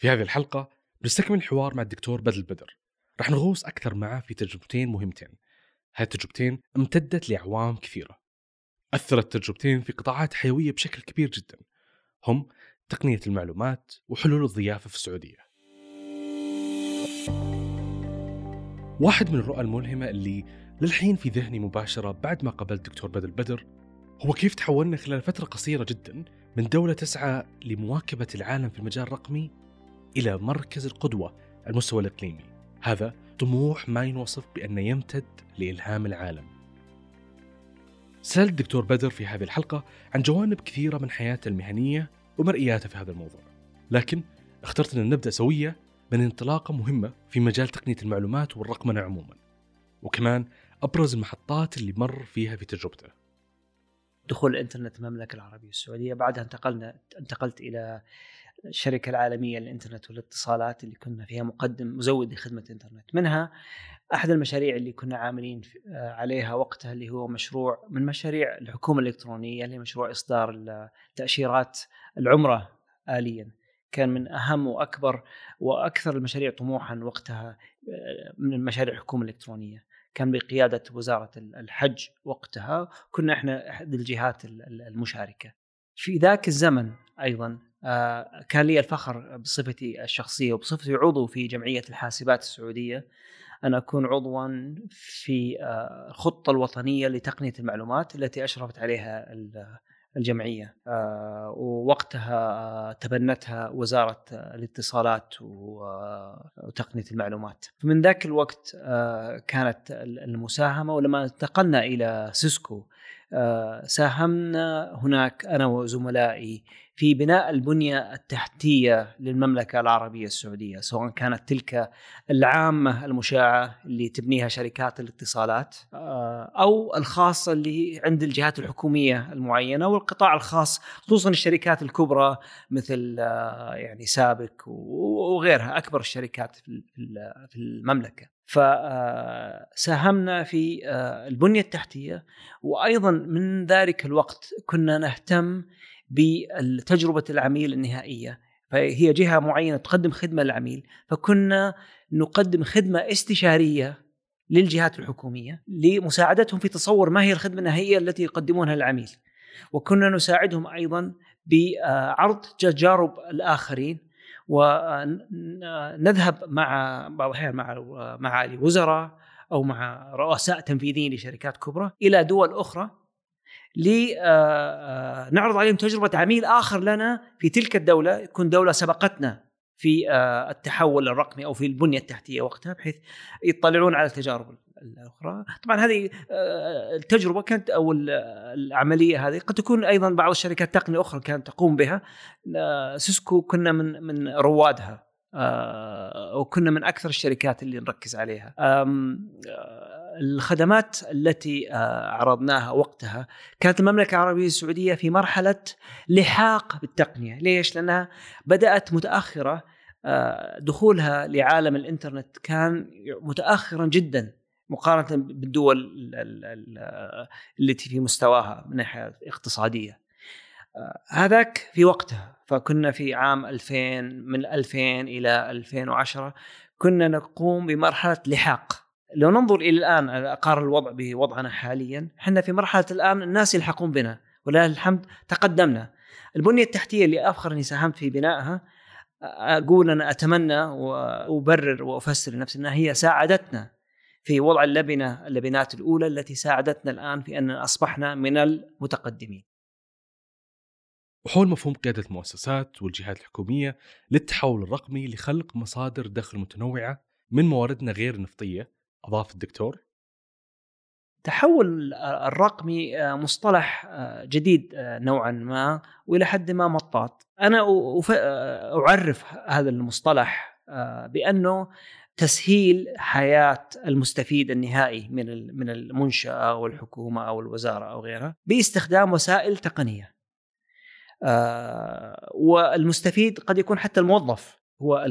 في هذه الحلقة بنستكمل الحوار مع الدكتور بدل بدر. رح نغوص أكثر معه في تجربتين مهمتين. هاي التجربتين امتدت لأعوام كثيرة. أثرت التجربتين في قطاعات حيوية بشكل كبير جدا، هم تقنية المعلومات وحلول الضيافة في السعودية. واحد من الرؤى الملهمة اللي للحين في ذهني مباشرة بعد ما قابلت دكتور بدل بدر هو كيف تحولنا خلال فترة قصيرة جدا من دولة تسعى لمواكبة العالم في المجال الرقمي إلى مركز القدوة على المستوى الإقليمي. هذا طموح ما ينوصف بأنه يمتد لإلهام العالم. سأل الدكتور بدر في هذه الحلقة عن جوانب كثيرة من حياته المهنية ومرئياته في هذا الموضوع، لكن اخترت أن نبدأ سوية من انطلاقة مهمة في مجال تقنية المعلومات والرقمنة عموما، وكمان أبرز المحطات اللي مر فيها في تجربته. دخول الإنترنت المملكة العربية السعودية، بعدها انتقلت إلى الشركة العالمية للإنترنت والاتصالات اللي كنا فيها مزود لخدمة الإنترنت. منها أحد المشاريع اللي كنا عاملين عليها وقتها اللي هو مشروع من مشاريع الحكومة الإلكترونية، اللي مشروع إصدار تأشيرات العمرة آليا. كان من أهم وأكبر وأكثر المشاريع طموحا وقتها من المشاريع الحكومة الإلكترونية. كان بقيادة وزارة الحج وقتها، كنا إحنا أحد الجهات المشاركة في ذاك الزمن. أيضا كان لي الفخر بصفتي الشخصية وبصفتي عضو في جمعية الحاسبات السعودية أن أكون عضوا في الخطة الوطنية لتقنية المعلومات التي أشرفت عليها الجمعية، ووقتها تبنتها وزارة الاتصالات وتقنية المعلومات. فمن ذاك الوقت كانت المساهمة، ولما انتقلنا إلى سيسكو ساهمنا هناك أنا وزملائي في بناء البنية التحتية للمملكة العربية السعودية، سواء كانت تلك العامة المشاعة اللي تبنيها شركات الاتصالات أو الخاصة اللي عند الجهات الحكومية المعينة والقطاع الخاص، خصوصا الشركات الكبرى مثل يعني سابك وغيرها، أكبر الشركات في المملكة. فساهمنا في البنية التحتية، وأيضا من ذلك الوقت كنا نهتم بتجربة العميل النهائية. فهي جهة معينة تقدم خدمة للعميل، فكنا نقدم خدمة استشارية للجهات الحكومية لمساعدتهم في تصور ما هي الخدمة النهائية التي يقدمونها للعميل، وكنا نساعدهم أيضا بعرض تجارب الآخرين، ونذهب مع بعض الأحيان مع معالي وزراء أو مع رؤساء تنفيذيين لشركات كبرى إلى دول أخرى لنعرض عليهم تجربة عميل آخر لنا في تلك الدولة، يكون دولة سبقتنا في التحول الرقمي أو في البنية التحتية وقتها، بحيث يطلعون على التجارب الأخرى. طبعا هذه التجربة كانت أو العملية هذه قد تكون أيضا بعض الشركات التقنية أخرى كانت تقوم بها. سيسكو كنا من روادها، وكنا من أكثر الشركات اللي نركز عليها. الخدمات التي عرضناها وقتها كانت المملكة العربية السعودية في مرحلة لحاق بالتقنية. ليش؟ لأنها بدأت متأخرة، دخولها لعالم الإنترنت كان متأخرا جدا مقارنة بالدول التي في مستواها من ناحية اقتصادية. هذاك في وقتها، فكنا في عام 2000، من 2000 إلى 2010 كنا نقوم بمرحلة لحاق. لو ننظر إلى الآن أقارن الوضع بوضعنا حاليا، حنا في مرحلة الآن الناس يلحقون بنا ولله الحمد تقدمنا. البنية التحتية اللي أفخر أني ساهمت في بنائها، أقول أنا أتمنى وأبرر وأفسر لنفسي أنها هي ساعدتنا في وضع اللبنات الأولى التي ساعدتنا الآن في أن أصبحنا من المتقدمين. وحول مفهوم قيادة المؤسسات والجهات الحكومية للتحول الرقمي لخلق مصادر دخل متنوعة من مواردنا غير النفطية، أضاف الدكتور: تحول الرقمي مصطلح جديد نوعا ما وإلى حد ما مطاط. أنا أعرف هذا المصطلح بأنه تسهيل حياة المستفيد النهائي من المنشأة أو الحكومة أو الوزارة أو غيرها باستخدام وسائل تقنية. والمستفيد قد يكون حتى الموظف، هو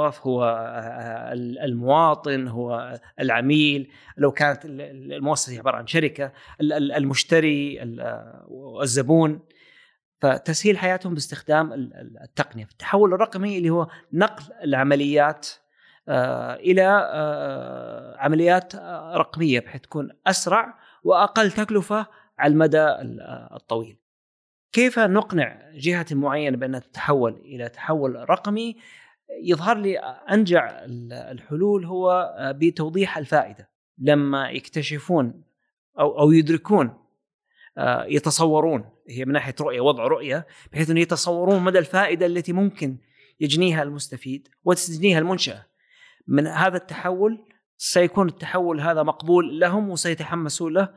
المواطن، هو العميل لو كانت المؤسسة عبارة عن شركة، المشتري، الزبون. فتسهيل حياتهم باستخدام التقنية. التحول الرقمي اللي هو نقل العمليات إلى عمليات رقمية بحيث تكون أسرع وأقل تكلفة على المدى الطويل. كيف نقنع جهة معينة بأنها تتحول إلى تحول رقمي؟ يظهر لي أنجع الحلول هو بتوضيح الفائدة. لما يكتشفون أو يدركون، يتصورون، هي من ناحية رؤية، وضع رؤية بحيث أن يتصورون مدى الفائدة التي ممكن يجنيها المستفيد وتجنيها المنشأة من هذا التحول، سيكون التحول هذا مقبول لهم وسيتحمسوا له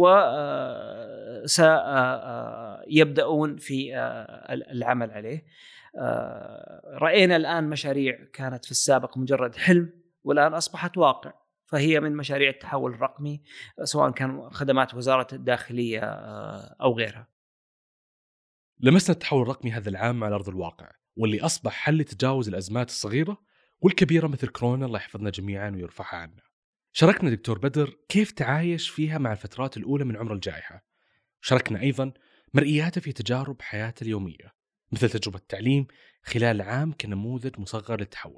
وسيبدأون في العمل عليه. رأينا الآن مشاريع كانت في السابق مجرد حلم والآن أصبحت واقع، فهي من مشاريع التحول الرقمي سواء كان خدمات وزارة الداخلية أو غيرها. لمسنا التحول الرقمي هذا العام على أرض الواقع، واللي أصبح حل لتجاوز الأزمات الصغيرة والكبيرة مثل كورونا، الله يحفظنا جميعا ويرفعها عنا. شاركنا دكتور بدر كيف تعايش فيها مع الفترات الأولى من عمر الجائحة. شاركنا أيضا مرئياته في تجارب حياته اليومية مثل تجربة التعليم خلال عام كنموذج مصغر للتحول.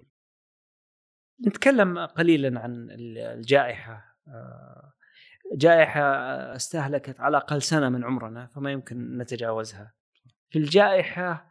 نتكلم قليلا عن الجائحة. جائحة استهلكت على الأقل سنة من عمرنا، فما يمكن نتجاوزها. في الجائحة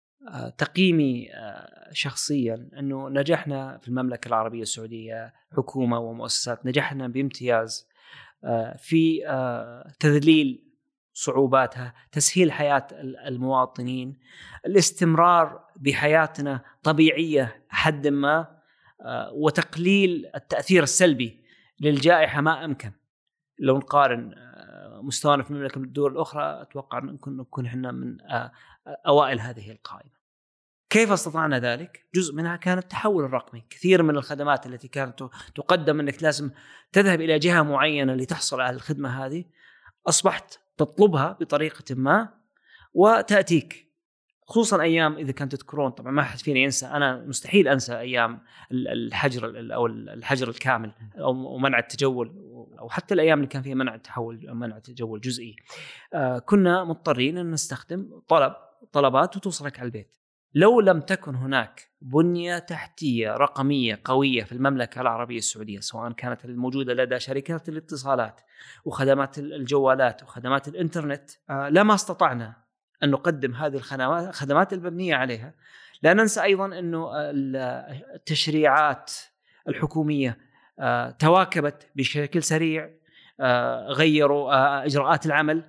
تقييمي شخصيا أنه نجحنا في المملكة العربية السعودية حكومة ومؤسسات، نجحنا بامتياز في تذليل صعوباتها، تسهيل حياة المواطنين، الاستمرار بحياتنا طبيعية حد ما، وتقليل التأثير السلبي للجائحة ما أمكن. لو نقارن مستوانا في المملكة بالدول الأخرى أتوقع نكون إحنا من أوائل هذه القائمة. كيف استطعنا ذلك؟ جزء منها كان التحول الرقمي. كثير من الخدمات التي كانت تقدم أنك لازم تذهب إلى جهة معينة لتحصل على الخدمة هذه أصبحت تطلبها بطريقة ما وتأتيك، خصوصا أيام إذا كانت تذكرون. طبعا ما حد فينا ينسى، أنا مستحيل أنسى أيام الحجر أو الحجر الكامل أو منع التجول، أو حتى الأيام اللي كان فيها منع التحول أو منع التجول جزئي. كنا مضطرين أن نستخدم طلبات وتوصلك على البيت. لو لم تكن هناك بنية تحتية رقمية قوية في المملكة العربية السعودية، سواء كانت الموجودة لدى شركات الاتصالات وخدمات الجوالات وخدمات الإنترنت، لما استطعنا أن نقدم هذه الخدمات المبنية عليها. لا ننسى أيضا أنه التشريعات الحكومية تواكبت بشكل سريع، غيروا إجراءات العمل.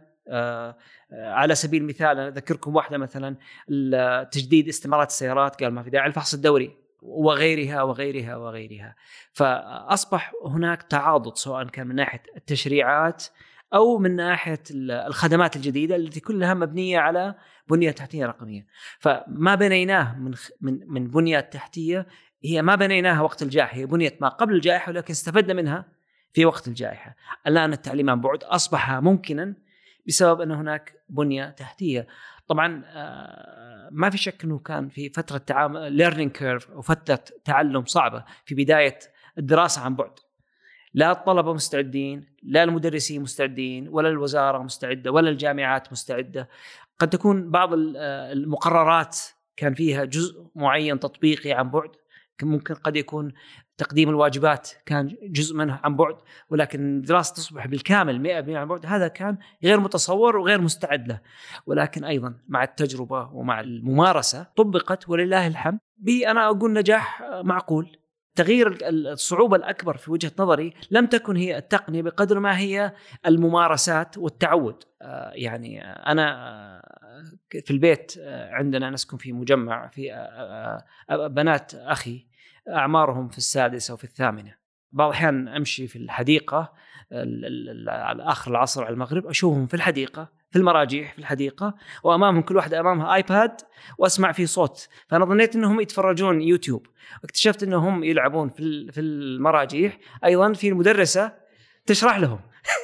على سبيل المثال أذكركم واحدة، مثلا تجديد استمارات السيارات، قال ما في داعي الفحص الدوري، وغيرها وغيرها وغيرها. فأصبح هناك تعاضد سواء كان من ناحية التشريعات أو من ناحية الخدمات الجديدة التي كلها مبنية على بنية تحتية رقمية. فما بنيناه من بنية تحتية هي ما بنيناها وقت الجائحة، هي بنية ما قبل الجائحة ولكن استفدنا منها في وقت الجائحة. الآن التعليم عن بعد أصبح ممكنا بسبب أن هناك بنية تحتية. طبعا ما في شك أنه كان في فترة learning curve أو فترة تعلم صعبة في بداية الدراسة عن بعد. لا الطلبة مستعدين، لا المدرسين مستعدين، ولا الوزارة مستعدة، ولا الجامعات مستعدة. قد تكون بعض المقررات كان فيها جزء معين تطبيقي عن بعد، ممكن قد يكون تقديم الواجبات كان جزء منها عن بعد، ولكن الدراسة تصبح بالكامل 100% عن بعد هذا كان غير متصور وغير مستعد له. ولكن أيضا مع التجربة ومع الممارسة طبقت ولله الحمد أنا أقول نجاح معقول. تغيير الصعوبة الأكبر في وجهة نظري لم تكن هي التقنية بقدر ما هي الممارسات والتعود. يعني أنا في البيت عندنا نسكن في مجمع، في بنات أخي أعمارهم في 6 وفي 8. بعض الأحيان أمشي في الحديقة على آخر العصر على المغرب، أشوفهم في الحديقة في المراجيح في الحديقة، وأمامهم كل واحدة أمامها آيباد وأسمع فيه صوت. فأنا ظنيت أنهم يتفرجون يوتيوب، واكتشفت أنهم يلعبون في المراجيح. أيضا في المدرسة تشرح لهم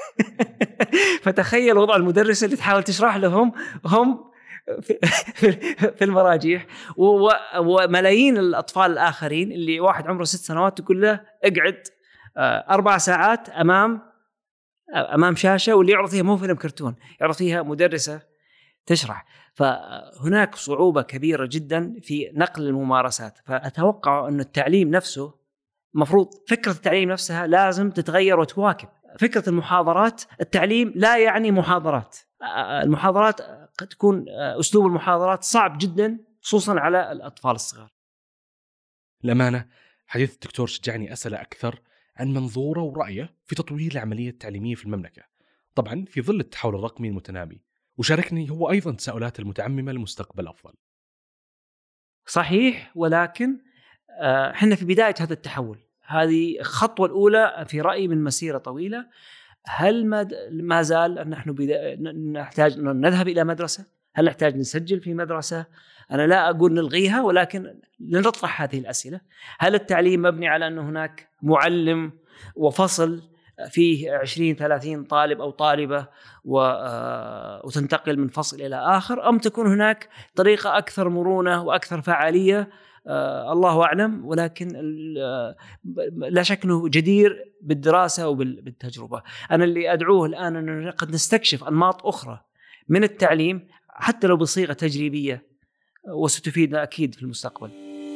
فتخيل وضع المدرسة اللي تحاول تشرح لهم هم في المراجيح، وملايين الأطفال الآخرين اللي واحد عمره 6 سنوات تقول له اقعد 4 ساعات أمام شاشة، واللي يعرض فيها مو فيلم كرتون، يعرض فيها مدرسة تشرح. فهناك صعوبة كبيرة جدا في نقل الممارسات. فأتوقع أن التعليم نفسه مفروض فكرة التعليم نفسها لازم تتغير وتواكب فكرة المحاضرات. التعليم لا يعني محاضرات. المحاضرات قد تكون أسلوب المحاضرات صعب جدا خصوصا على الأطفال الصغار. الأمانة حديث الدكتور شجعني أسأل أكثر عن منظوره ورأيه في تطوير العملية التعليمية في المملكة، طبعا في ظل التحول الرقمي المتنامي، وشاركني هو أيضا تساؤلات المتعممة لمستقبل أفضل. صحيح، ولكن احنا في بداية هذا التحول. هذه الخطوة الأولى في رأيي من مسيرة طويلة. هل ما زال نحن نحتاج أن نذهب إلى مدرسة؟ هل نحتاج نسجل في مدرسة؟ أنا لا أقول نلغيها، ولكن لنطرح هذه الأسئلة. هل التعليم مبني على أن هناك معلم وفصل فيه 20-30 طالب أو طالبة وتنتقل من فصل إلى آخر، أم تكون هناك طريقة أكثر مرونة وأكثر فعالية؟ الله أعلم، ولكن لا شك أنه جدير بالدراسة وبالتجربة. أنا اللي أدعوه الآن أنه قد نستكشف أنماط أخرى من التعليم حتى لو بصيغة تجريبية، وستفيدنا أكيد في المستقبل.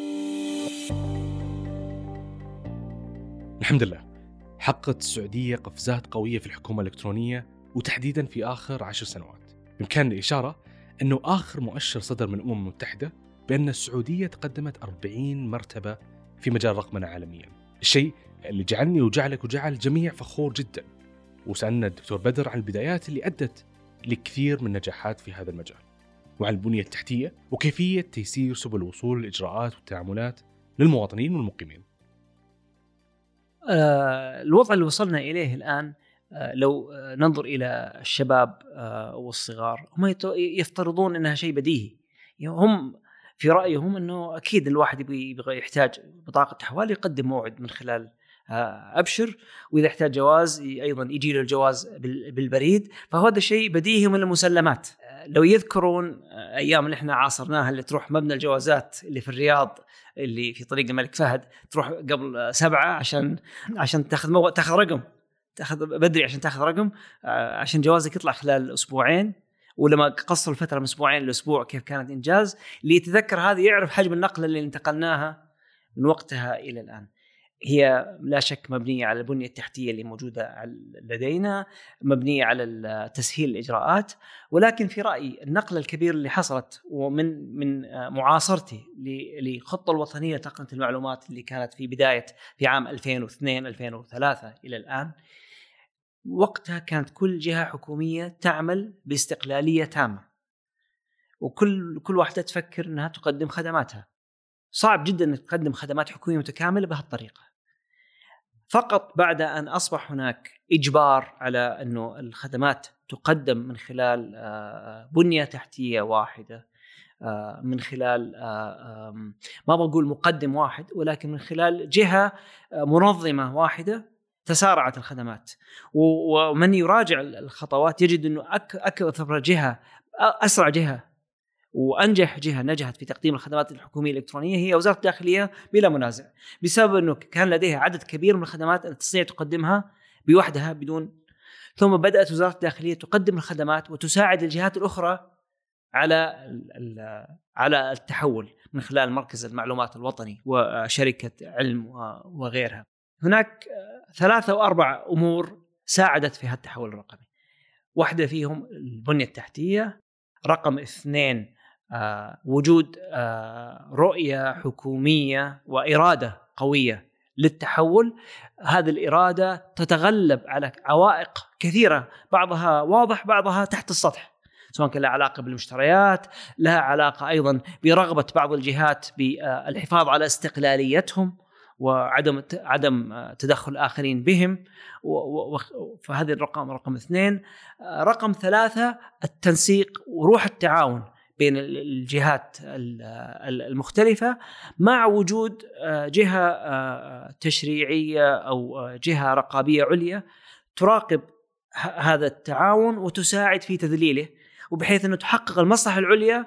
الحمد لله حققت السعودية قفزات قوية في الحكومة الإلكترونية، وتحديدا في آخر 10 سنوات. بإمكاننا الإشارة أنه آخر مؤشر صدر من الأمم المتحدة بأن السعودية تقدمت 40 مرتبة في مجال الرقمنة عالميا، الشيء اللي جعلني وجعلك وجعل الجميع فخور جدا. وسألنا الدكتور بدر عن البدايات اللي أدت لكثير من النجاحات في هذا المجال، وعن البنية التحتية وكيفية تيسير سبل الوصول للإجراءات والتعاملات للمواطنين والمقيمين. الوضع اللي وصلنا إليه الآن، لو ننظر إلى الشباب والصغار، هم يفترضون أنها شيء بديهي. هم في رأيهم أنه أكيد الواحد يبغى يحتاج بطاقة تحويل يقدم موعد من خلال أبشر، وإذا احتاج جواز أيضا يجي له الجواز بالبريد. فهذا شيء بديهي من المسلمات. لو يذكرون أيام اللي احنا عاصرناها، اللي تروح مبنى الجوازات اللي في الرياض اللي في طريق الملك فهد، تروح قبل 7 عشان تاخذ رقم، تاخذ بدري عشان تاخذ رقم، عشان جوازك يطلع خلال أسبوعين. ولما قصروا الفترة من أسبوعين لأسبوع كيف كانت إنجاز. اللي يتذكر هذا يعرف حجم النقلة اللي انتقلناها من وقتها إلى الآن. هي لا شك مبنية على البنية التحتية اللي موجودة لدينا، مبنية على تسهيل الإجراءات. ولكن في رأيي النقلة الكبيرة اللي حصلت ومن معاصرتي للخطة الوطنية لتقنية المعلومات اللي كانت في عام 2002-2003 إلى الآن، وقتها كانت كل جهة حكومية تعمل باستقلالية تامة، وكل واحدة تفكر أنها تقدم خدماتها. صعب جدا أن تقدم خدمات حكومية متكاملة بهالطريقة. فقط بعد أن أصبح هناك إجبار على أنه الخدمات تقدم من خلال بنية تحتية واحدة، من خلال ما بقول مقدم واحد، ولكن من خلال جهة منظمة واحدة، تسارعت الخدمات. ومن يراجع الخطوات يجد أنه أكثر جهة، أسرع جهة وأنجح جهة نجحت في تقديم الخدمات الحكومية الإلكترونية هي وزارة الداخلية بلا منازع، بسبب أنه كان لديها عدد كبير من الخدمات التي تستطيع تقدمها بوحدها بدون. ثم بدأت وزارة الداخلية تقدم الخدمات وتساعد الجهات الأخرى على التحول من خلال مركز المعلومات الوطني وشركة علم وغيرها. هناك 3 أو 4 أمور ساعدت في هذا التحول الرقمي. واحدة فيهم البنية التحتية. رقم 2 وجود رؤية حكومية وإرادة قوية للتحول. هذه الإرادة تتغلب على عوائق كثيرة، بعضها واضح بعضها تحت السطح، سواء كان لها علاقة بالمشتريات، لها علاقة أيضا برغبة بعض الجهات بالحفاظ على استقلاليتهم وعدم تدخل الآخرين بهم. فهذه رقم 2. رقم 3 التنسيق وروح التعاون بين الجهات المختلفة، مع وجود جهة تشريعية أو جهة رقابية عليا تراقب هذا التعاون وتساعد في تذليله، وبحيث أنه تحقق المصلحة العليا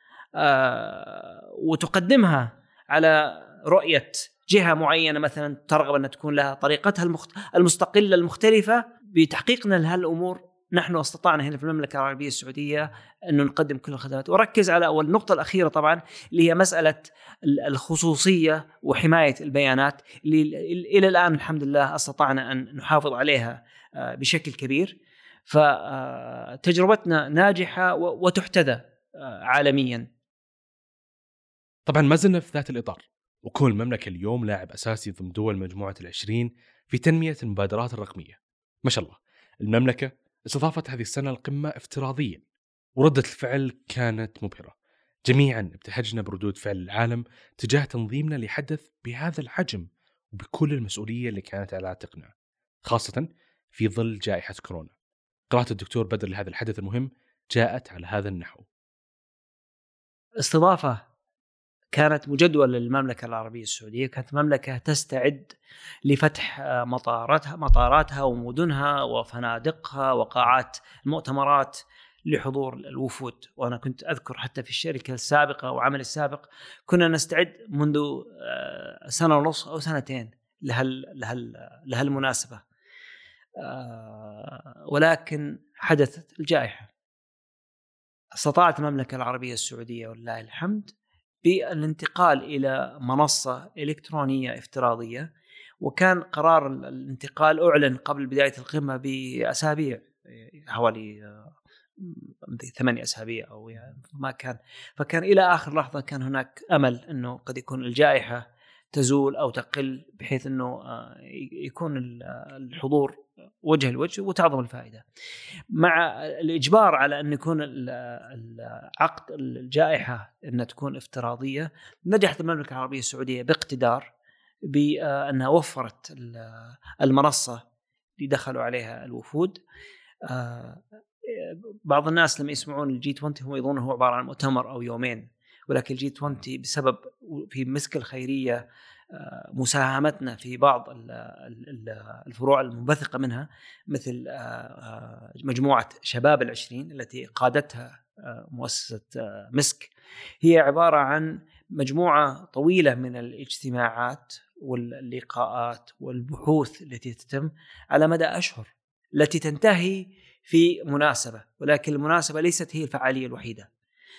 وتقدمها على رؤية جهة معينة مثلا ترغب أن تكون لها طريقتها المستقلة المختلفة. بتحقيقنا لهالأمور نحن استطعنا هنا في المملكة العربية السعودية أنه نقدم كل الخدمات، وركز على أول نقطة الأخيرة طبعا اللي هي مسألة الخصوصية وحماية البيانات اللي إلى الآن الحمد لله استطعنا أن نحافظ عليها بشكل كبير. فتجربتنا ناجحة وتحتذى عالميا. طبعا ما زلنا في ذات الإطار، وكون المملكة اليوم لاعب أساسي ضمن دول مجموعة 20 في تنمية المبادرات الرقمية. ما شاء الله المملكة استضافت هذه السنة القمة افتراضيا، وردة الفعل كانت مبهرة. جميعا ابتهجنا بردود فعل العالم تجاه تنظيمنا لحدث بهذا الحجم وبكل المسؤولية اللي كانت على عاتقنا، خاصة في ظل جائحة كورونا. قراءة الدكتور بدر لهذا الحدث المهم جاءت على هذا النحو. استضافة كانت مجدولة للمملكة العربية السعودية، كانت مملكة تستعد لفتح مطاراتها ومدنها وفنادقها وقاعات المؤتمرات لحضور الوفود. وأنا كنت أذكر حتى في الشركة السابقة وعمل السابق كنا نستعد منذ سنة ونصف أو سنتين لهالمناسبة، ولكن حدثت الجائحة. استطاعت المملكة العربية السعودية والله الحمد بالانتقال إلى منصة إلكترونية افتراضية، وكان قرار الانتقال أعلن قبل بداية القمة بأسابيع، حوالي 8 أسابيع أو يعني ما كان. فكان إلى آخر لحظة كان هناك أمل أنه قد يكون الجائحة تزول أو تقل، بحيث أنه يكون الحضور وجه لوجه وتعظم الفائدة. مع الإجبار على أن يكون عقد الجائحة أن تكون افتراضية، نجحت المملكة العربية السعودية باقتدار بأنها وفرت المنصة اللي دخلوا عليها الوفود. بعض الناس لما يسمعون الجي 20 هم يظنون هو عبارة عن مؤتمر أو يومين، ولكن الجي 20 بسبب في مسك الخيرية مساهمتنا في بعض الفروع المنبثقة منها، مثل مجموعة شباب 20 التي قادتها مؤسسة مسك، هي عبارة عن مجموعة طويلة من الاجتماعات واللقاءات والبحوث التي تتم على مدى أشهر، التي تنتهي في مناسبة، ولكن المناسبة ليست هي الفعالية الوحيدة.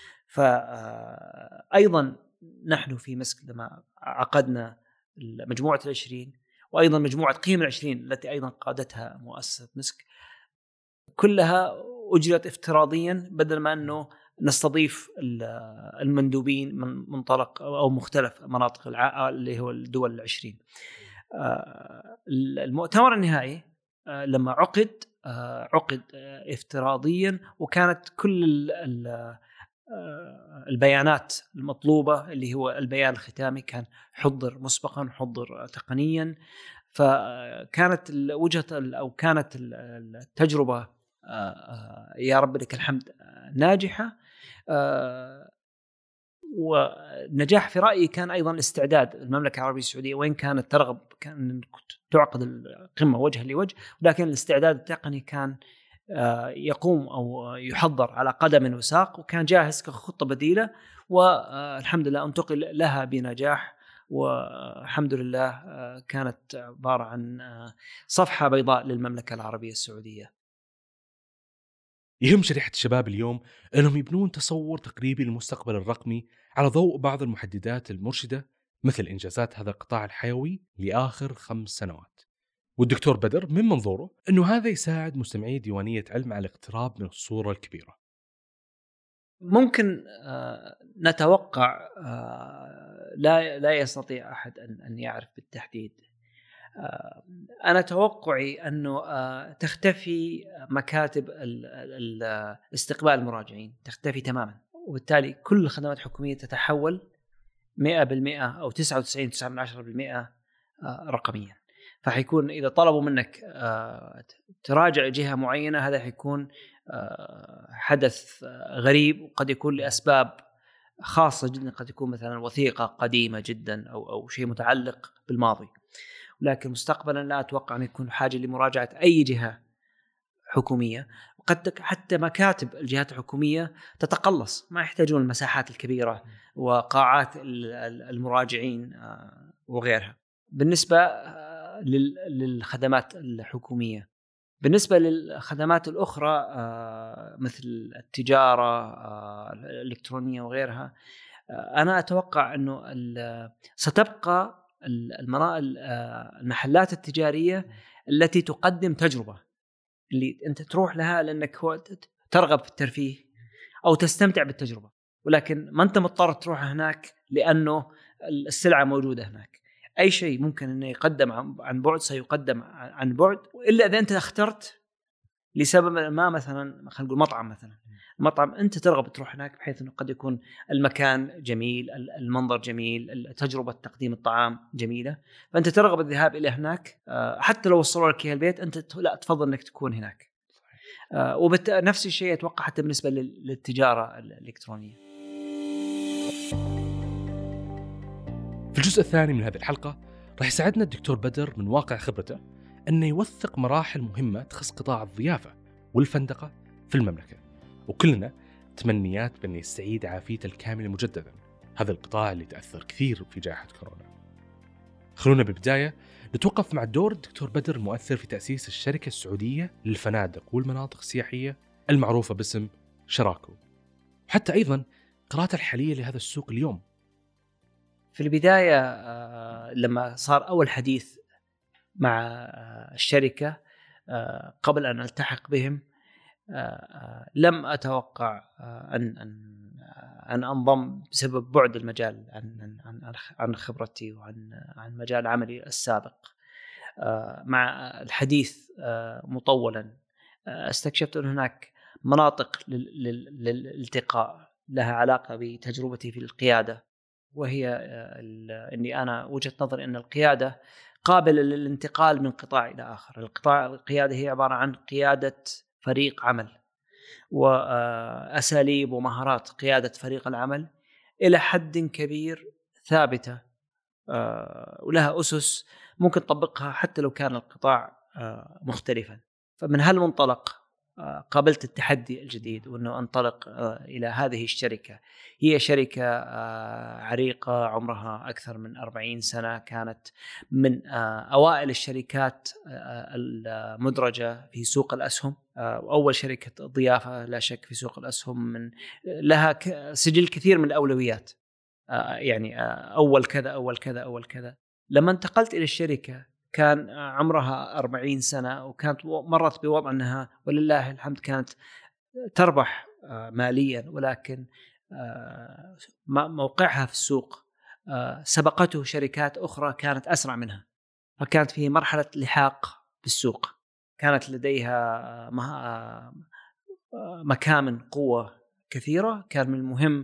فأيضا نحن في مسك لما عقدنا مجموعة 20 وأيضا مجموعة قيم 20 التي أيضا قادتها مؤسسة مسك، كلها أجرت افتراضيا بدل ما أنه نستضيف المندوبين من منطلق أو مختلف مناطق اللي هو الدول 20. المؤتمر النهائي لما عقد افتراضيا، وكانت كل البيانات المطلوبة اللي هو البيان الختامي كان حضر مسبقا، حضر تقنيا. فكانت كانت التجربة يا رب لك الحمد ناجحة. ونجاح في رأيي كان أيضا الاستعداد. المملكة العربية السعودية وين كانت ترغب كان تعقد القمة وجها لوجه، ولكن الاستعداد التقني كان يقوم أو يحضر على قدم وساق، وكان جاهز كخطة بديلة، والحمد لله انتقل لها بنجاح. والحمد لله كانت عبارة عن صفحة بيضاء للمملكة العربية السعودية. يهم شريحة الشباب اليوم أنهم يبنون تصور تقريبي للمستقبل الرقمي على ضوء بعض المحددات المرشدة مثل إنجازات هذا القطاع الحيوي لآخر 5 سنوات. والدكتور بدر من منظوره أنه هذا يساعد مستمعي ديوانية علم على الاقتراب من الصورة الكبيرة. ممكن نتوقع، لا يستطيع أحد أن يعرف بالتحديد. أنا توقعي أنه تختفي مكاتب استقبال المراجعين، تختفي تماما، وبالتالي كل الخدمات الحكومية تتحول 100% أو 99.9% رقميا. فحيكون إذا طلبوا منك تراجع جهة معينة، هذا حيكون حدث غريب، وقد يكون لأسباب خاصة جدا، قد يكون مثلا وثيقة قديمة جدا أو شيء متعلق بالماضي. لكن مستقبلا لا أتوقع أن يكون حاجة لمراجعة أي جهة حكومية. وقد حتى مكاتب الجهات الحكومية تتقلص، ما يحتاجون المساحات الكبيرة وقاعات المراجعين وغيرها. بالنسبة للخدمات الحكومية، بالنسبة للخدمات الأخرى مثل التجارة الإلكترونية وغيرها، أنا أتوقع أنه ستبقى المحلات التجارية التي تقدم تجربة اللي أنت تروح لها لأنك ترغب في الترفيه أو تستمتع بالتجربة، ولكن ما أنت مضطر تروح هناك لأنه السلعة موجودة هناك. أي شيء ممكن أنه يقدم عن بعد سيقدم عن بعد، إلا إذا أنت اخترت لسبب ما، مثلا خلينا نقول مطعم، مثلا المطعم أنت ترغب تروح هناك بحيث أنه قد يكون المكان جميل، المنظر جميل، تجربة تقديم الطعام جميلة، فأنت ترغب الذهاب إلى هناك. حتى لو وصلوا لك البيت أنت لا تفضل أنك تكون هناك. ونفس الشيء أتوقع حتى بالنسبة للتجارة الإلكترونية. في الجزء الثاني من هذه الحلقة راح يساعدنا الدكتور بدر من واقع خبرته أنه يوثق مراحل مهمة تخص قطاع الضيافة والفندقة في المملكة، وكلنا تمنيات بأن يستعيد عافيته الكاملة مجددا، هذا القطاع اللي تأثر كثير في جائحة كورونا. خلونا بالبداية نتوقف مع دور الدكتور بدر المؤثر في تأسيس الشركة السعودية للفنادق والمناطق السياحية المعروفة باسم شراكو، وحتى أيضا قراءته الحالية لهذا السوق اليوم. في البداية لما صار أول حديث مع الشركة قبل أن ألتحق بهم، لم أتوقع أن أنضم بسبب بعد المجال عن خبرتي وعن مجال عملي السابق. مع الحديث مطولا استكشفت أن هناك مناطق للالتقاء لها علاقة بتجربتي في القيادة، وهي أني أنا وجهة نظري أن القيادة قابلة للانتقال من قطاع إلى آخر. القيادة هي عبارة عن قيادة فريق عمل، وأساليب ومهارات قيادة فريق العمل إلى حد كبير ثابتة، ولها أسس ممكن تطبقها حتى لو كان القطاع مختلفا. فمن هالمنطلق قابلت التحدي الجديد، وأنه أنطلق إلى هذه الشركة. هي شركة عريقة عمرها أكثر من 40 سنة، كانت من أوائل الشركات المدرجة في سوق الأسهم، وأول شركة ضيافة لا شك في سوق الأسهم، من لها سجل كثير من الأولويات، يعني أول كذا أول كذا أول كذا. لما انتقلت إلى الشركة كان عمرها 40 سنة، وكانت مرت بوضع أنها ولله الحمد كانت تربح ماليا، ولكن موقعها في السوق سبقته شركات أخرى كانت أسرع منها، فكانت في مرحلة لحاق بالسوق. كانت لديها مكامن قوة كثيرة، كان من المهم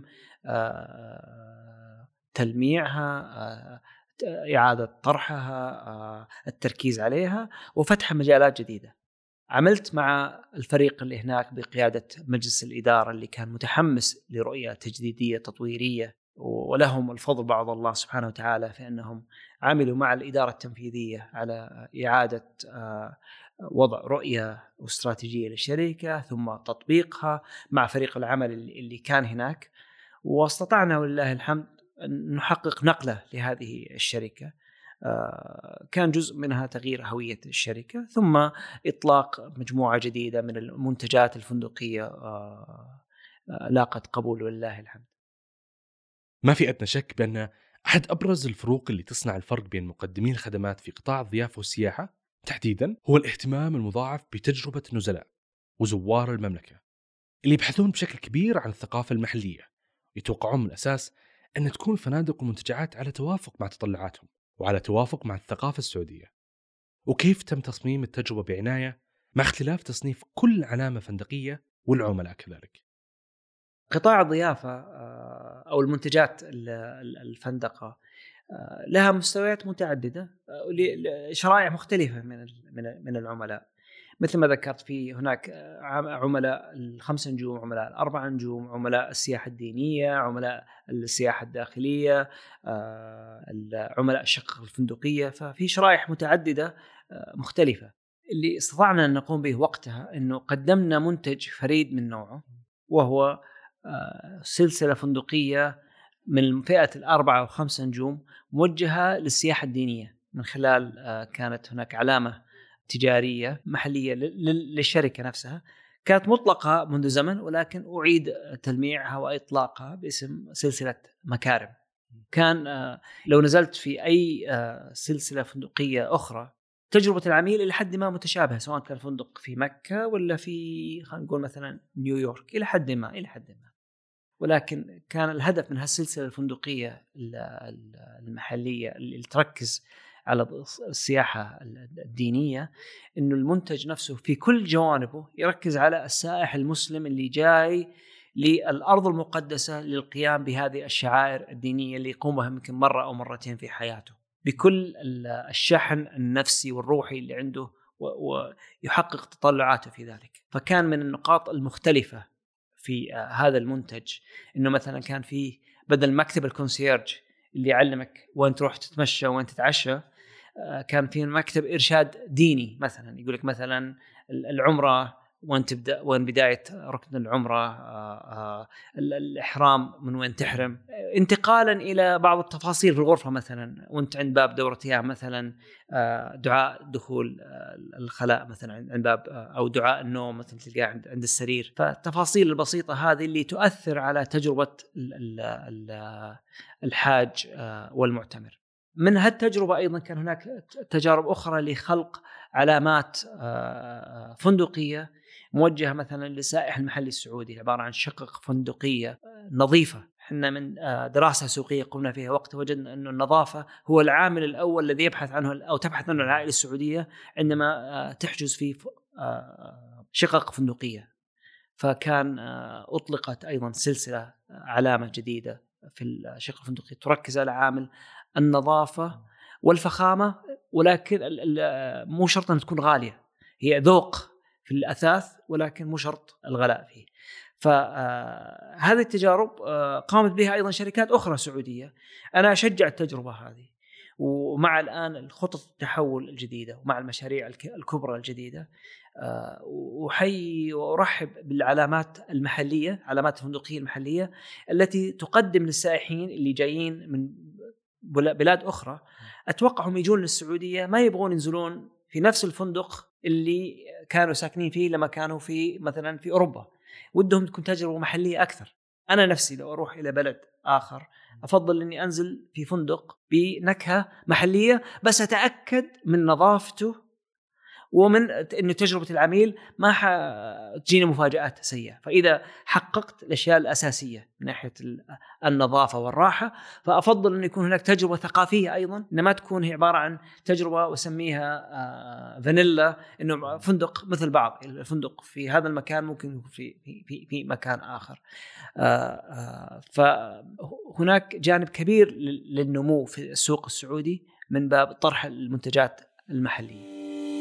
تلميعها، إعادة طرحها، التركيز عليها، وفتح مجالات جديدة. عملت مع الفريق اللي هناك بقيادة مجلس الإدارة اللي كان متحمس لرؤية تجديدية تطويرية، ولهم الفضل بعض الله سبحانه وتعالى في أنهم عملوا مع الإدارة التنفيذية على إعادة وضع رؤية واستراتيجية للشركة، ثم تطبيقها مع فريق العمل اللي كان هناك، واستطعنا ولله الحمد أن نحقق نقلة لهذه الشركة. كان جزء منها تغيير هوية الشركة، ثم إطلاق مجموعة جديدة من المنتجات الفندقية لاقت قبول ولله الحمد. ما في أدنى شك بأن أحد أبرز الفروق اللي تصنع الفرق بين مقدمين الخدمات في قطاع الضيافة والسياحة تحديداً هو الاهتمام المضاعف بتجربة النزلاء وزوار المملكة، اللي يبحثون بشكل كبير عن الثقافة المحلية، يتوقعون من الأساس أن تكون الفنادق والمنتجعات على توافق مع تطلعاتهم وعلى توافق مع الثقافة السعودية. وكيف تم تصميم التجربة بعناية مع اختلاف تصنيف كل علامة فندقية والعملاء كذلك. قطاع الضيافة أو المنتجات الفندقة لها مستويات متعددة، شرائح مختلفة من العملاء. مثل ما ذكرت، في هناك عملاء 5 نجوم، عملاء 4 نجوم، عملاء السياحة الدينية، عملاء السياحة الداخلية، عملاء الشقة الفندقية. ففي شرائح متعددة مختلفة. اللي استطعنا أن نقوم به وقتها أنه قدمنا منتج فريد من نوعه، وهو سلسلة فندقية من فئة 4 و5 نجوم موجهة للسياحة الدينية، من خلال كانت هناك علامة تجارية محلية للشركة نفسها كانت مطلقة منذ زمن، ولكن أعيد تلميعها وإطلاقها باسم سلسلة مكارم. كان لو نزلت في أي سلسلة فندقية أخرى تجربة العميل إلى حد ما متشابهة، سواء كان فندق في مكة ولا في خلينا نقول مثلا نيويورك إلى حد ما. ولكن كان الهدف من هالسلسلة الفندقية المحلية اللي تركز على السياحة الدينية، إنه المنتج نفسه في كل جوانبه يركز على السائح المسلم اللي جاي للأرض المقدسة للقيام بهذه الشعائر الدينية اللي يقوم بها يمكن مرة أو مرتين في حياته، بكل الشحن النفسي والروحي اللي عنده ويحقق تطلعاته في ذلك. فكان من النقاط المختلفة في هذا المنتج إنه مثلا كان فيه بدل مكتب الكونسيرج اللي يعلمك وين تروح تتمشى وين تتعشى، كان فيه مكتب إرشاد ديني، مثلا يقولك مثلا العمرة وين تبدأ، وين بداية ركن العمرة، الإحرام من وين تحرم، انتقالا إلى بعض التفاصيل في الغرفة، مثلا وانت عند باب دورة ايام مثلا دعاء دخول الخلاء مثلا عند باب، أو دعاء النوم مثلا تلقاه عند السرير. فالتفاصيل البسيطة هذه اللي تؤثر على تجربة الحاج والمعتمر. من هالتجربة أيضا كان هناك تجارب أخرى لخلق علامات فندقية موجهة مثلا للسائح المحلي السعودي، عبارة عن شقق فندقية نظيفة. حنا من دراسة سوقية قمنا فيها وقت وجدنا أن النظافة هو العامل الأول الذي يبحث عنه أو تبحث عنه العائلة السعودية عندما تحجز في شقق فندقية. فكان أطلقت أيضا سلسلة علامة جديدة في الشقق الفندقية تركز على عامل النظافة والفخامة، ولكن مو شرط أن تكون غالية، هي ذوق في الأثاث ولكن مو شرط الغلاء فيه. فهذه التجارب قامت بها أيضا شركات أخرى سعودية. أنا أشجع التجربة هذه، ومع الآن الخطط التحول الجديدة ومع المشاريع الكبرى الجديدة أحيي وأرحب بالعلامات المحلية، علامات الفندقية المحلية التي تقدم للسائحين اللي جايين من بلاد أخرى، أتوقعهم يجون للسعودية ما يبغون ينزلون في نفس الفندق اللي كانوا ساكنين فيه لما كانوا في مثلا في أوروبا، ودهم تكون تجربة محلية أكثر. أنا نفسي لو أروح إلى بلد آخر أفضل أني أنزل في فندق بنكهة محلية، بس أتأكد من نظافته ومن أن تجربة العميل ما تجينا مفاجآت سيئة. فإذا حققت الأشياء الأساسية من ناحية النظافة والراحة، فأفضل أن يكون هناك تجربة ثقافية أيضا، إنما تكون هي عبارة عن تجربة وسميها فانيلا، إنه فندق مثل بعض الفندق في هذا المكان ممكن في مكان آخر. فهناك جانب كبير للنمو في السوق السعودي من باب طرح المنتجات المحلية.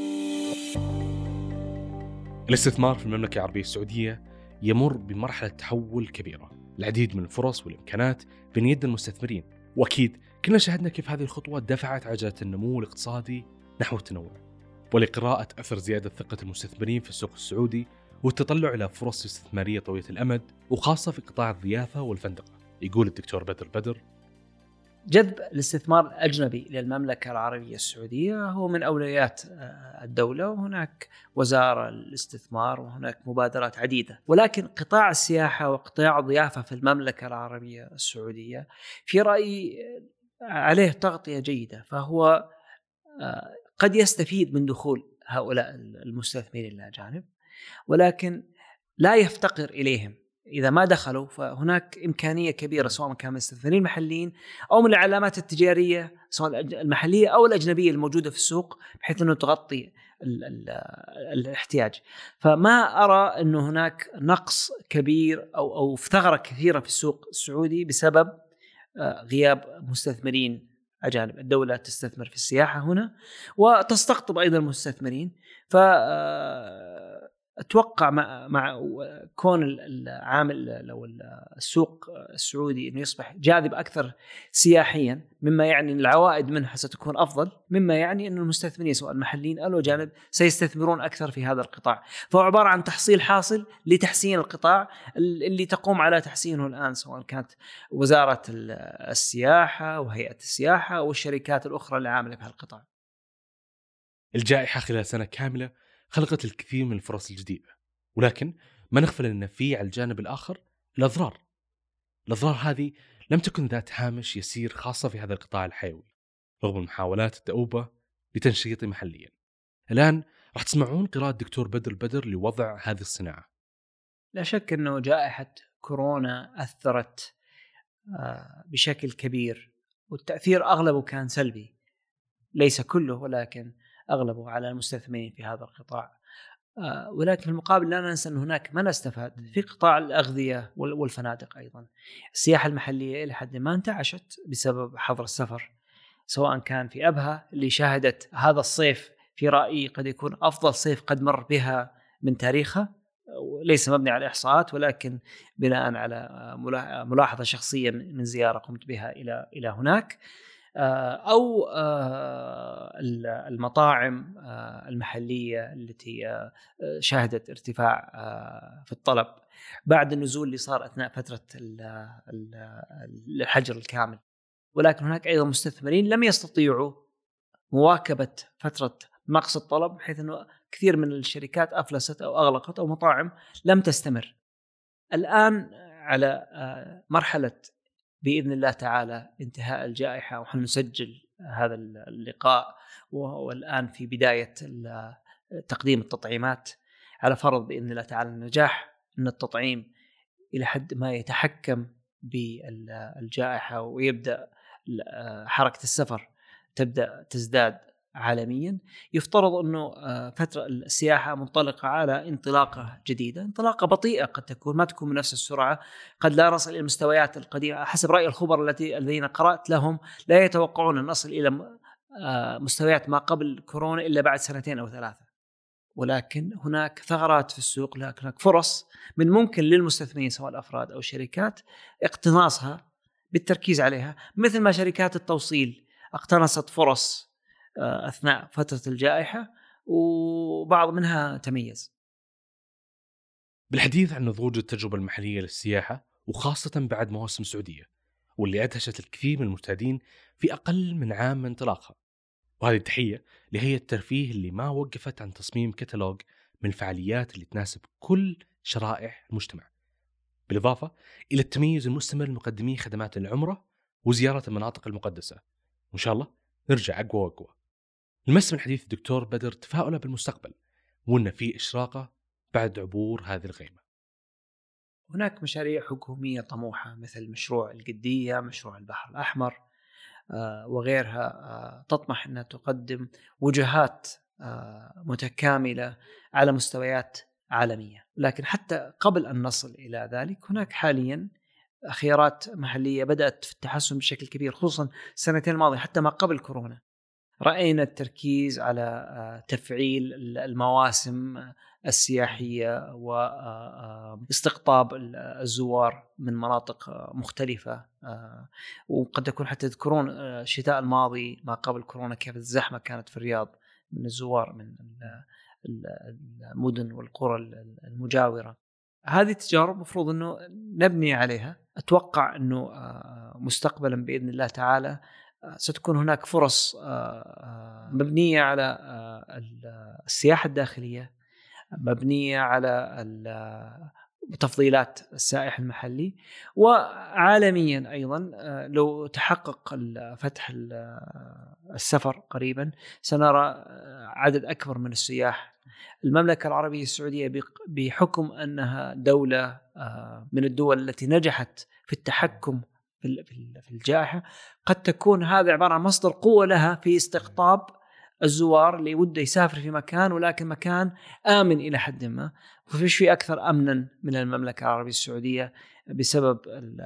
الاستثمار في المملكة العربية السعودية يمر بمرحلة تحول كبيرة، العديد من الفرص والإمكانات بين يد المستثمرين، وأكيد كلنا شاهدنا كيف هذه الخطوة دفعت عجلة النمو الاقتصادي نحو التنوع. ولقراءة أثر زيادة ثقة المستثمرين في السوق السعودي والتطلع إلى فرص استثمارية طويلة الأمد، وخاصة في قطاع الضيافة والفندقة، يقول الدكتور بدر: جذب الاستثمار الأجنبي للمملكة العربية السعودية هو من أولويات الدولة، وهناك وزارة الاستثمار وهناك مبادرات عديدة. ولكن قطاع السياحة وقطاع الضيافة في المملكة العربية السعودية في رأيي عليه تغطية جيدة، فهو قد يستفيد من دخول هؤلاء المستثمرين الأجانب، ولكن لا يفتقر إليهم. إذا ما دخلوا فهناك إمكانية كبيرة، سواء كان مستثمرين محليين أو من العلامات التجارية سواء المحلية أو الأجنبية الموجودة في السوق، بحيث أنه تغطي الاحتياج. فما أرى أنه هناك نقص كبير أو ثغرة كثيرة في السوق السعودي بسبب غياب مستثمرين أجانب. الدولة تستثمر في السياحة هنا وتستقطب أيضا المستثمرين. أتوقع مع كون العامل لو السوق السعودي إنه يصبح جاذب أكثر سياحيا، مما يعني أن العوائد منها ستكون أفضل، مما يعني أن المستثمرين سواء المحليين أو الأجانب سيستثمرون أكثر في هذا القطاع. فهو عبارة عن تحصيل حاصل لتحسين القطاع اللي تقوم على تحسينه الآن، سواء كانت وزارة السياحة وهيئة السياحة والشركات الأخرى العاملة في هذا القطاع. الجائحة خلال سنة كاملة خلقت الكثير من الفرص الجديدة، ولكن ما نغفل أن في على الجانب الآخر الأضرار هذه لم تكن ذات هامش يسير، خاصة في هذا القطاع الحيوي رغم المحاولات الدؤوبة لتنشيطه محليا. الآن راح تسمعون قراءة دكتور بدر البدر لوضع هذه الصناعة. لا شك أنه جائحة كورونا أثرت بشكل كبير، والتأثير أغلبه كان سلبي، ليس كله ولكن أغلبه على المستثمرين في هذا القطاع. ولكن في المقابل لا ننسى أن هناك من استفاد في قطاع الأغذية والفنادق أيضا. السياحة المحلية إلى حد ما انتعشت بسبب حظر السفر، سواء كان في أبها اللي شاهدت هذا الصيف في رأيي قد يكون أفضل صيف قد مر بها من تاريخها، ليس مبني على إحصاءات ولكن بناء على ملاحظة شخصية من زيارة قمت بها إلى هناك، أو المطاعم المحلية التي شاهدت ارتفاع في الطلب بعد النزول اللي صار أثناء فترة الحجر الكامل. ولكن هناك أيضا مستثمرين لم يستطيعوا مواكبة فترة نقص الطلب، بحيث أنه كثير من الشركات أفلست أو أغلقت أو مطاعم لم تستمر. الآن على مرحلة بإذن الله تعالى انتهاء الجائحة، ونحن نسجل هذا اللقاء والآن في بداية تقديم التطعيمات، على فرض بإذن الله تعالى النجاح أن التطعيم إلى حد ما يتحكم بالجائحة ويبدأ حركة السفر تبدأ تزداد عالميا، يفترض أنه فترة السياحة منطلقة على انطلاقة جديدة، انطلاقة بطيئة قد تكون ما تكون بنفس السرعة، قد لا نصل إلى المستويات القديمة. حسب رأي الخبراء الذين قرأت لهم لا يتوقعون أن نصل إلى مستويات ما قبل كورونا إلا بعد 2 أو 3. ولكن هناك ثغرات في السوق، هناك فرص من ممكن للمستثمرين سواء الأفراد أو الشركات اقتناصها بالتركيز عليها، مثل ما شركات التوصيل اقتنصت فرص أثناء فترة الجائحة وبعض منها تميز. بالحديث عن نضوج التجربة المحلية للسياحة، وخاصة بعد مواسم سعودية واللي أدهشت الكثير من المرتادين في أقل من عام من انطلاقها، وهذه التحية لهيئة الترفيه اللي ما وقفت عن تصميم كتالوج من الفعاليات اللي تناسب كل شرائح المجتمع، بالإضافة إلى التميز المستمر لمقدمي خدمات العمرة وزيارة المناطق المقدسة. وإن شاء الله نرجع أقوى وأقوى. المس من حديث الدكتور بدر تفاؤله بالمستقبل، وأن في إشراقة بعد عبور هذه الغيمة. هناك مشاريع حكومية طموحة مثل مشروع القدية، مشروع البحر الأحمر وغيرها، تطمح أنها تقدم وجهات متكاملة على مستويات عالمية. لكن حتى قبل أن نصل إلى ذلك هناك حاليا خيارات محلية بدأت في التحسن بشكل كبير، خصوصا السنتين الماضية حتى ما قبل كورونا رأينا التركيز على تفعيل المواسم السياحية واستقطاب الزوار من مناطق مختلفة. وقد تكون حتى تذكرون الشتاء الماضي ما قبل كورونا كيف الزحمة كانت في الرياض من الزوار من المدن والقرى المجاورة. هذه التجارب مفروض أنه نبني عليها. أتوقع أنه مستقبلا بإذن الله تعالى ستكون هناك فرص مبنية على السياحة الداخلية، مبنية على تفضيلات السائح المحلي، وعالميا أيضا لو تحقق فتح السفر قريبا سنرى عدد أكبر من السياح. المملكة العربية السعودية بحكم أنها دولة من الدول التي نجحت في التحكم في الجائحة، قد تكون هذا عبارة عن مصدر قوة لها في استقطاب الزوار اللي وده يسافر في مكان، ولكن مكان آمن إلى حد ما، وفيش في أكثر أمنا من المملكة العربية السعودية بسبب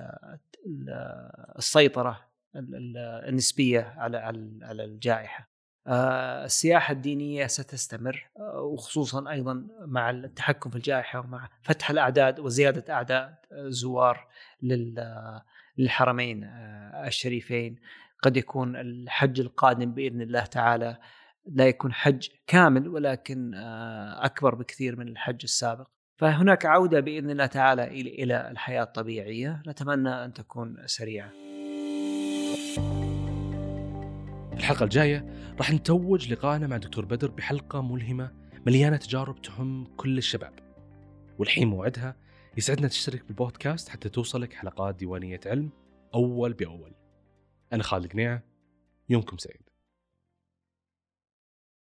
السيطرة النسبية على الجائحة. السياحة الدينية ستستمر، وخصوصا أيضا مع التحكم في الجائحة ومع فتح الأعداد وزيادة أعداد الزوار للحرمين الشريفين. قد يكون الحج القادم بإذن الله تعالى لا يكون حج كامل، ولكن أكبر بكثير من الحج السابق، فهناك عودة بإذن الله تعالى إلى الحياة الطبيعية، نتمنى أن تكون سريعة. في الحلقة الجاية راح نتوج لقائنا مع دكتور بدر بحلقة ملهمة مليانة تجارب تهم كل الشباب. والحين موعدها، يسعدنا تشترك بالبودكاست حتى توصلك حلقات ديوانية علم أول بأول. أنا خالد قنيعة، يومكم سعيد.